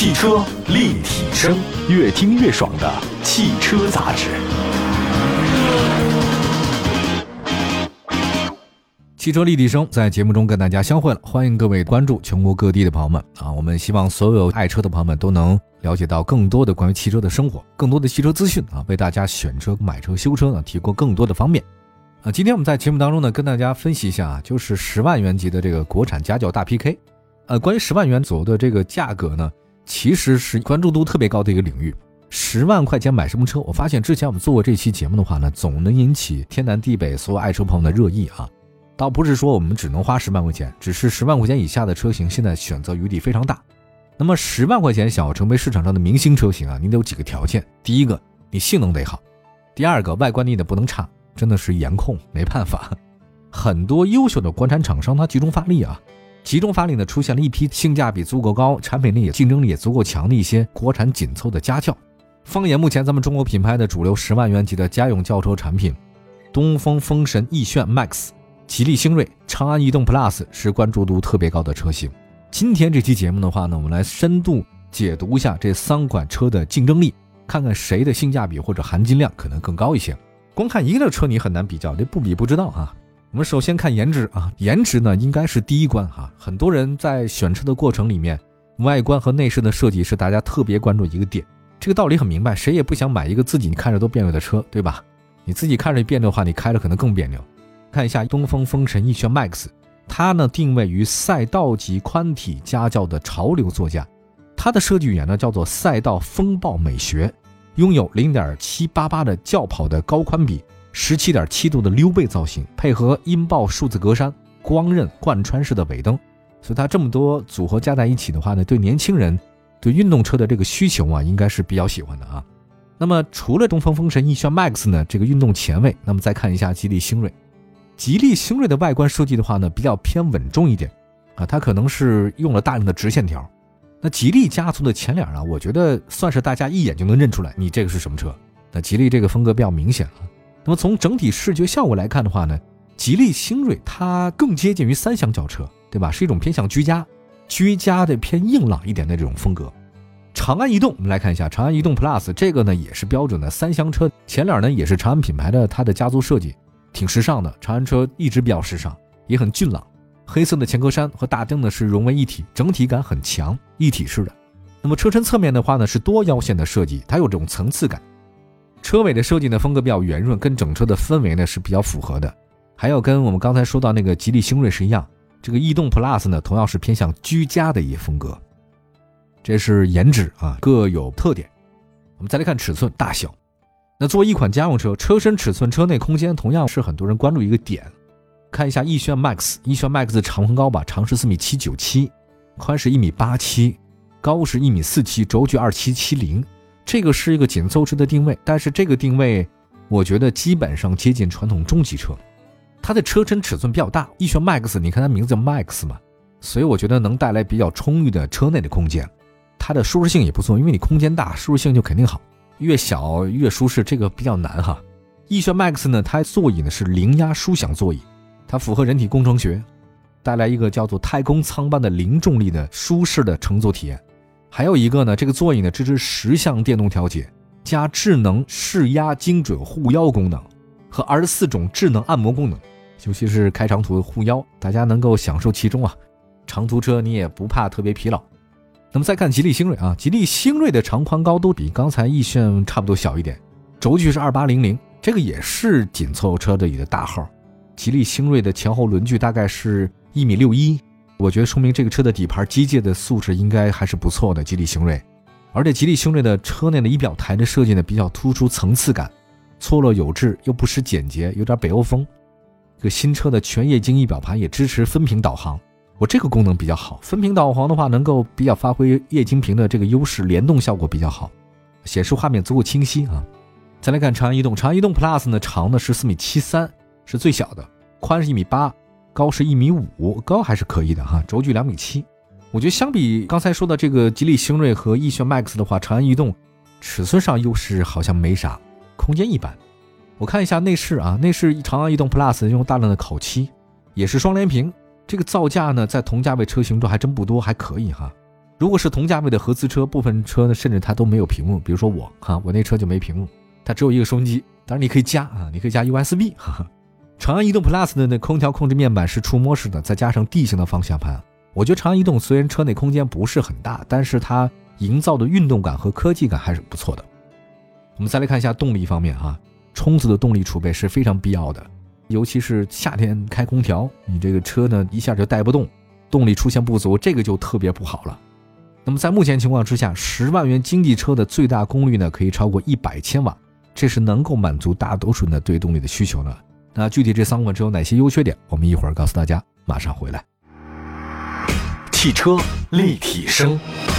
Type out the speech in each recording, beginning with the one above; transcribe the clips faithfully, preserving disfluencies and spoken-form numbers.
汽车立体声，越听越爽的汽车杂志。 汽车立体声在节目中跟大家相会了，欢迎各位关注全国各地的朋友们啊！我们希望所有爱车的朋友们都能了解到更多的关于汽车的生活，更多的汽车资讯啊，为大家选车、买车、修车呢提供更多的方便。啊，今天我们在节目当中呢，跟大家分析一下，就是十万元级的这个国产家轿大 P K。呃，关于十万元左右的这个价格呢，其实是关注度特别高的一个领域。十万块钱买什么车？我发现之前我们做过这期节目的话呢，总能引起天南地北所有爱车朋友的热议啊。倒不是说我们只能花十万块钱，只是十万块钱以下的车型现在选择余地非常大。那么十万块钱想要成为市场上的明星车型啊，你得有几个条件。第一个，你性能得好；第二个，外观你得不能差，真的是颜控没办法。很多优秀的国产厂商它集中发力啊，集中发力呢，出现了一批性价比足够高、产品力也竞争力也足够强的一些国产紧凑的家轿。放眼目前咱们中国品牌的主流十万元级的家用轿车产品，东风风神奕炫 Max、吉利星瑞、长安逸动 Plus 是关注度特别高的车型。今天这期节目的话呢，我们来深度解读一下这三款车的竞争力，看看谁的性价比或者含金量可能更高一些。光看一个车你很难比较，这不比不知道啊。我们首先看颜值啊，颜值呢应该是第一关啊。很多人在选车的过程里面，外观和内饰的设计是大家特别关注一个点。这个道理很明白，谁也不想买一个自己看着都别扭的车，对吧？你自己看着别扭的话，你开着可能更别扭。看一下东风风神奕炫 Max， 它呢定位于赛道级宽体家轿的潮流座驾，它的设计语言呢叫做赛道风暴美学，拥有 零点七八八 的轿跑的高宽比， 十七点七 度的溜背造型，配合音爆数字格栅、光刃贯穿式的尾灯，所以它这么多组合加在一起的话呢，对年轻人对运动车的这个需求啊，应该是比较喜欢的啊。那么除了东风风神奕炫 Max 呢，这个运动前卫，那么再看一下吉利星瑞。吉利星瑞的外观设计的话呢，比较偏稳重一点啊，它可能是用了大量的直线条。那吉利家族的前脸啊，我觉得算是大家一眼就能认出来，你这个是什么车。那吉利这个风格比较明显了。那么从整体视觉效果来看的话呢，吉利星瑞它更接近于三厢轿车，对吧？是一种偏向居家、居家的偏硬朗一点的这种风格。长安逸动，我们来看一下长安逸动 Plus， 这个呢也是标准的三厢车，前脸呢也是长安品牌的它的家族设计。挺时尚的，长安车一直比较时尚，也很俊朗。黑色的前格栅和大灯呢是融为一体，整体感很强，一体式的。那么车身侧面的话呢是多腰线的设计，它有这种层次感。车尾的设计呢风格比较圆润，跟整车的氛围呢是比较符合的。还有跟我们刚才说到那个吉利星瑞是一样，这个逸动 Plus 呢同样是偏向居家的一些风格。这是颜值啊，各有特点。我们再来看尺寸大小。那作为一款家用车，车身尺寸、车内空间同样是很多人关注一个点。看一下奕炫 Max， 奕炫 Max 的长宽高吧，长是四米七九七，宽是一米八七，高是一米四七，轴距二七七零。这个是一个紧凑式的定位，但是这个定位我觉得基本上接近传统中级车。它的车身尺寸比较大，奕炫 Max 你看它名字叫 Max 嘛，所以我觉得能带来比较充裕的车内的空间。它的舒适性也不错，因为你空间大，舒适性就肯定好。越小越舒适，这个比较难哈。奕炫 Max 呢，它座椅呢是零压舒享座椅，它符合人体工程学，带来一个叫做太空舱般的零重力的舒适的乘坐体验。还有一个呢，这个座椅呢支持十项电动调节，加智能视压精准护腰功能和二十四种智能按摩功能，尤其是开长途的护腰，大家能够享受其中啊。长途车你也不怕特别疲劳。那么再看吉利星瑞啊，吉利星瑞的长宽高都比刚才奕炫差不多小一点，轴距是二八零零，这个也是紧凑车的一个大号。吉利星瑞的前后轮距大概是一米六一，我觉得说明这个车的底盘机械的素质应该还是不错的。吉利星瑞，而且吉利星瑞的车内的仪表台的设计呢比较突出层次感，错落有致又不失简洁，有点北欧风。这个新车的全液晶仪表盘也支持分屏导航。我这个功能比较好，分屏导航的话能够比较发挥液晶屏的这个优势，联动效果比较好，显示画面足够清晰啊。再来看长安逸动，长安逸动 Plus 呢长的是四米七三，是最小的，宽是一米八，高是一米五，高还是可以的哈，轴距两米七。我觉得相比刚才说的这个吉利星瑞和奕炫 Max 的话，长安逸动尺寸上优势好像没啥，空间一般。我看一下内饰啊，内饰长安逸动 Plus 用大量的烤漆，也是双联屏。这个造价呢在同价位车型中还真不多，还可以哈。 如果是同价位的合资车，部分车呢甚至它都没有屏幕，比如说我哈，我那车就没屏幕，它只有一个收音机，当然你可以加啊，你可以加 U S B。哈哈，长安逸动 Plus 的那空调控制面板是触摸式的，再加上地形的方向盘，我觉得长安逸动虽然车内空间不是很大，但是它营造的运动感和科技感还是不错的。我们再来看一下动力方面啊，充足的动力储备是非常必要的，尤其是夏天开空调，你这个车呢一下就带不动，动力出现不足，这个就特别不好了。那么在目前情况之下，十万元经济车的最大功率呢可以超过一百千瓦，这是能够满足大多数人的对动力的需求的。那具体这三款车有哪些优缺点，我们一会儿告诉大家，马上回来。 汽车立体声，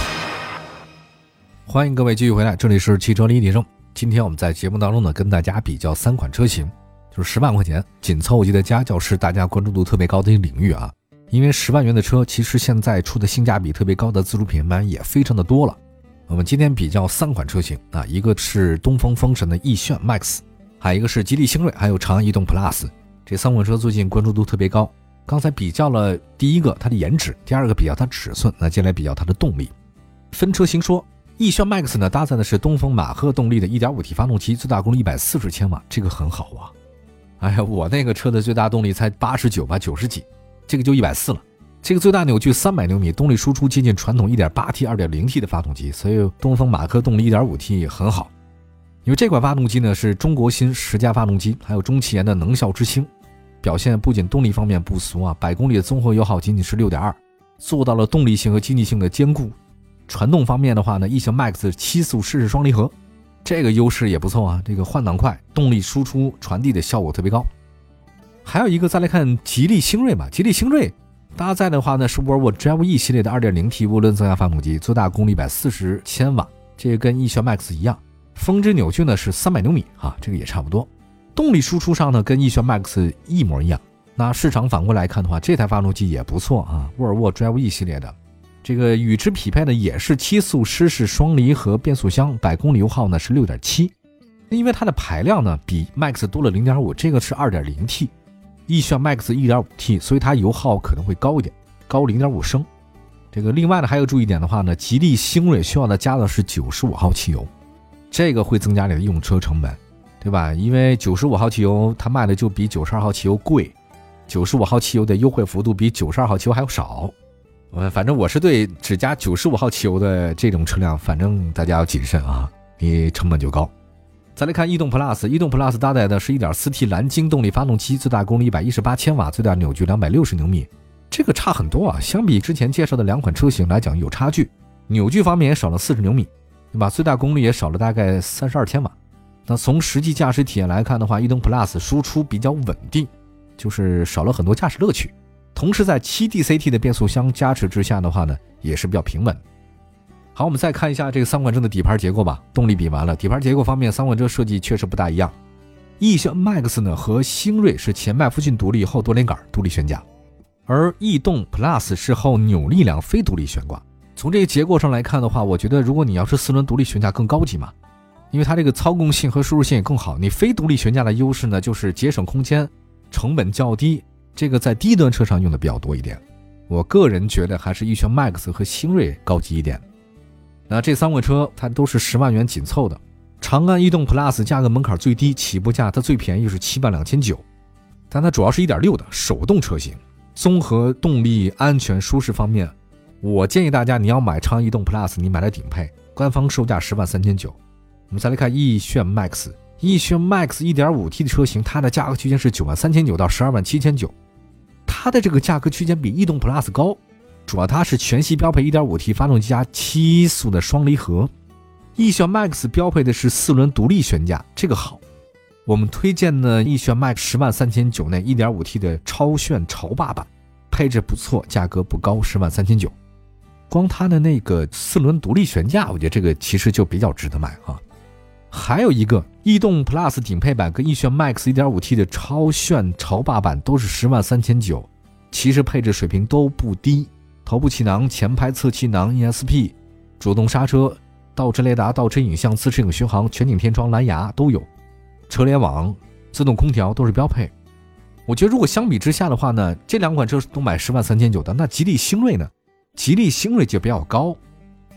欢迎各位继续回来，这里是汽车立体声。今天我们在节目当中呢跟大家比较三款车型，就是十万块钱紧凑级的家轿是大家关注度特别高的一个领域啊。因为十万元的车，其实现在出的性价比特别高的自主品牌也非常的多了。我们今天比较三款车型啊，一个是东风风神的奕炫 Max， 还有一个是吉利星瑞，还有长安逸动 Plus。这三款车最近关注度特别高。刚才比较了第一个它的颜值，第二个比较它尺寸，那接下来比较它的动力。分车型说，奕炫 Max 呢搭载的是东风马赫动力的 一点五 T 发动机，最大功率一百四十千瓦，这个很好啊。哎呀，我那个车的最大动力才八十九吧，九十几。这个就一百四了，这个最大扭矩三百牛米，动力输出接近传统 一点八 T、二点零 T 的发动机，所以东风马赫动力 一点五 T 也很好。因为这款发动机呢是中国新十佳发动机，还有中汽研的能效之星，表现不仅动力方面不俗啊，百公里的综合油耗仅仅是 六点二， 做到了动力性和经济性的兼顾。传动方面的话呢，奕炫 Max 七速湿式双离合，这个优势也不错啊，这个换挡快，动力输出传递的效果特别高。还有一个再来看吉利星瑞吧，吉利星瑞搭载的话呢是沃尔沃 Drive E 系列的 二点零 T 涡轮增压发动机，最大功率一百四十千瓦，这个跟奕炫 Max 一样。峰值扭矩呢是三百牛米啊，这个也差不多。动力输出上呢跟奕炫 Max 一模一样。那市场反过来看的话，这台发动机也不错啊，沃尔沃 Drive E 系列的，这个与之匹配的也是七速湿式双离合变速箱，百公里油耗呢是 六点七， 因为它的排量呢比 Max 多了 零点五， 这个是 二点零 T，奕炫 Max 一点五 T， 所以它油耗可能会高一点，高 零点五升。这个另外呢还有注意点的话呢，吉利星瑞需要的加的是九十五号汽油，这个会增加你的用车成本，对吧？因为九十五号汽油它卖的就比九十二号汽油贵，九十五号汽油的优惠幅度比九十二号汽油还要少。呃，反正我是对只加九十五号汽油的这种车辆，反正大家要谨慎啊，你成本就高。再来看逸动 Plus， 逸动 Plus 搭载的是 一点四 T 蓝鲸动力发动机，最大功率一百一十八千瓦，最大扭矩两百六十牛米，这个差很多啊，相比之前介绍的两款车型来讲有差距，扭矩方面也少了四十牛米，对吧？最大功率也少了大概三十二千瓦。那从实际驾驶体验来看的话，逸动 Plus 输出比较稳定，就是少了很多驾驶乐趣，同时在 七 D C T 的变速箱加持之下的话呢，也是比较平稳。好，我们再看一下这个三款车的底盘结构吧。动力比完了，底盘结构方面，三款车设计确实不大一样。奕炫 Max 呢和星瑞是前麦弗逊独立后多连杆独立悬架，而逸动 Plus 是后扭力梁非独立悬挂。从这个结构上来看的话，我觉得如果你要是四轮独立悬架更高级嘛，因为它这个操控性和舒适性也更好。你非独立悬架的优势呢，就是节省空间，成本较低，这个在低端车上用的比较多一点。我个人觉得还是奕炫 Max 和星瑞高级一点。那这三款车它都是十万元紧凑的，长安逸动 Plus 价格门槛最低，起步价它最便宜是七万两千九，但它主要是 一点六 的手动车型，综合动力、安全、舒适方面，我建议大家你要买长安逸动 Plus， 你买来顶配，官方售价十万三千九。我们再来看奕炫 Max， 奕炫 Max 一点五 T 的车型，它的价格区间是九万三千九到十二万七千九，它的这个价格区间比逸动 Plus 高。主要它是全系标配 一点五 T 发动机加七速的双离合，奕炫 Max 标配的是四轮独立悬架，这个好。我们推荐呢奕炫 Max 十万三千九内 一点五 T 的超炫潮霸版，配置不错，价格不高，十万三千九。光它的那个四轮独立悬架，我觉得这个其实就比较值得买啊。还有一个逸动 Plus 顶配版跟奕炫 Max 一点五 T 的超炫潮霸版都是十万三千九，其实配置水平都不低。头部气囊、前排侧气囊、E S P、主动刹车、倒车雷达、倒车影像、自适应巡航、全景天窗、蓝牙都有，车联网、自动空调都是标配。我觉得如果相比之下的话呢，这两款车都买十万三千九的，那吉利星瑞呢？吉利星瑞就比较高，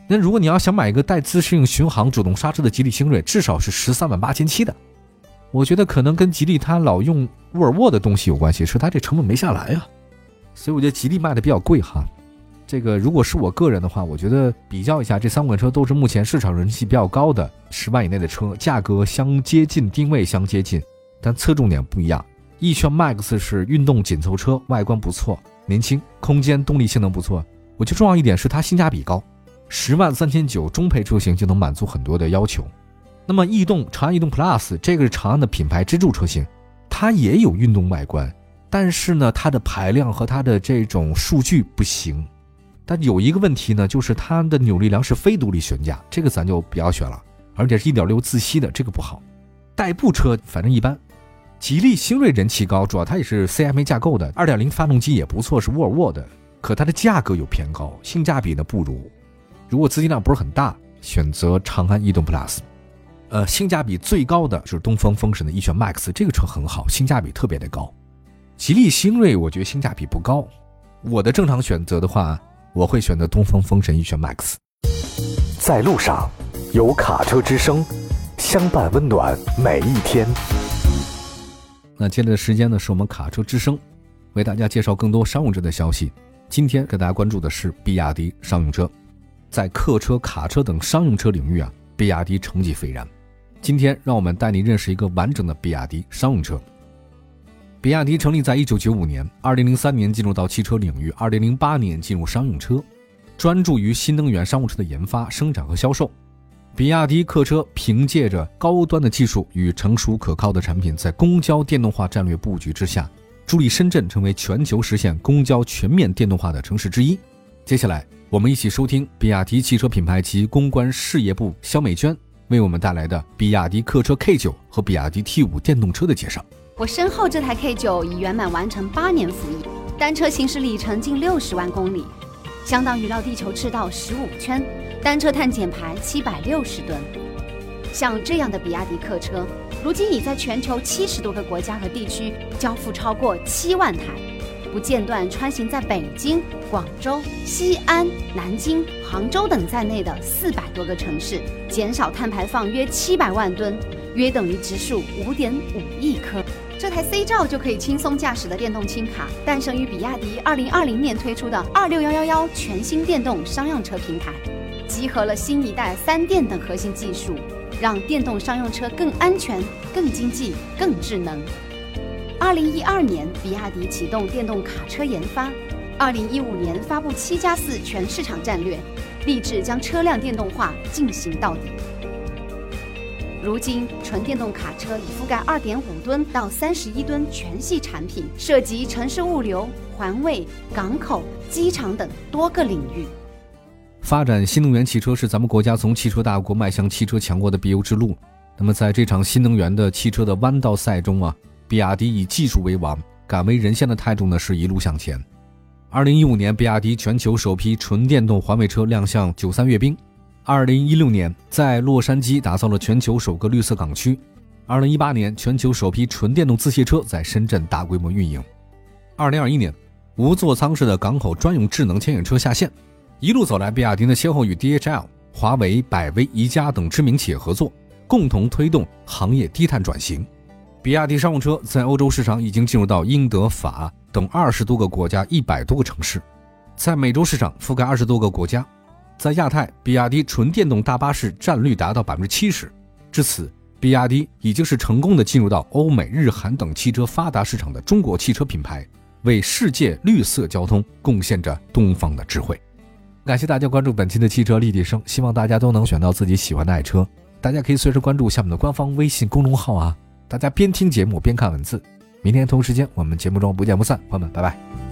那如果你要想买一个带自适应巡航主动刹车的吉利星瑞，至少是十三万八千七的。我觉得可能跟吉利它老用沃尔沃的东西有关系，是它这成本没下来啊。所以我觉得吉利卖的比较贵哈。这个如果是我个人的话，我觉得比较一下这三款车都是目前市场人气比较高的十万以内的车，价格相接近，定位相接近，但侧重点不一样。奕炫 Max 是运动紧凑车，外观不错，年轻，空间动力性能不错。我觉得重要一点是它性价比高，十万三千九中配车型就能满足很多的要求。那么逸动，长安逸动 Plus 这个是长安的品牌支柱车型，它也有运动外观，但是呢它的排量和它的这种数据不行。但有一个问题呢，就是它的扭力梁是非独立悬架，这个咱就不要选了，而且是 一点六 自吸的，这个不好。代步车反正一般。吉利星瑞人气高，主要它也是 C M A 架构的， 二点零 发动机也不错，是沃尔沃的，可它的价格又偏高，性价比呢不如。如果资金量不是很大，选择长安逸动 Plus。 呃，性价比最高的就是东风风神的奕炫 Max， 这个车很好，性价比特别的高。吉利星瑞我觉得性价比不高，我的正常选择的话，我会选择东风风神奕炫 Max。 在路上，有卡车之声，相伴温暖每一天。 那接着的时间呢，是我们卡车之声为大家介绍更多商用车的消息。今天给大家关注的是比亚迪商用车。在客车、卡车等商用车领域啊，比亚迪成绩斐然。今天让我们带你认识一个完整的比亚迪商用车。比亚迪成立在一九九五年，二零零三年进入到汽车领域，二零零八年进入商用车，专注于新能源商务车的研发、生产和销售。比亚迪客车凭借着高端的技术与成熟可靠的产品，在公交电动化战略布局之下，助力深圳成为全球实现公交全面电动化的城市之一。接下来我们一起收听比亚迪汽车品牌及公关事业部肖美娟为我们带来的比亚迪客车 K 九 和比亚迪 T 五 电动车的介绍。 我身后这台 K 九 已圆满完成八年服役，单车行驶里程近六十万公里，相当于绕地球赤道十五圈，单车碳减排七百六十吨。像这样的比亚迪客车，如今已在全球七十多个国家和地区交付超过七万台，不间断穿行在北京、广州、西安、南京、杭州等在内的四百多个城市，减少碳排放约七百万吨，约等于植树五点五亿棵。这台 C 照就可以轻松驾驶的电动轻卡，诞生于比亚迪二零二零年推出的二六一一一全新电动商用车平台，集合了新一代三电等核心技术，让电动商用车更安全、更经济、更智能。二零一二年，比亚迪启动电动卡车研发，二零一五年发布七加四全市场战略，立志将车辆电动化进行到底。如今，纯电动卡车已覆盖 二点五吨到三十一吨全系产品，涉及城市物流、环卫、港口、机场等多个领域。 发展新能源汽车是咱们国家从汽车大国迈向汽车强国的必由之路。那么在这场新能源的汽车的弯道赛中啊，比亚迪以技术为王，敢为人先的态度呢是一路向前。二零一五年，比亚迪全球首批纯电动环卫车亮相九三阅兵。二零一六年，在洛杉矶打造了全球首个绿色港区。二零一八年，全球首批纯电动自卸车在深圳大规模运营。二零二一年，无座舱式的港口专用智能牵引车下线。一路走来，比亚迪呢先后与 D H L、华为、百威、宜家等知名企业合作，共同推动行业低碳转型。比亚迪商用车在欧洲市场已经进入到英德法等二十多个国家一百多个城市，在美洲市场覆盖二十多个国家。在亚太，比亚迪纯电动大巴士占率达到 百分之七十。 至此，比亚迪已经是成功的进入到欧美日韩等汽车发达市场的中国汽车品牌，为世界绿色交通贡献着东方的智慧。感谢大家关注本期的汽车立体声，希望大家都能选到自己喜欢的爱车。大家可以随时关注下面的官方微信公众号啊，大家边听节目边看文字。明天同时间我们节目中不见不散，朋友们拜拜。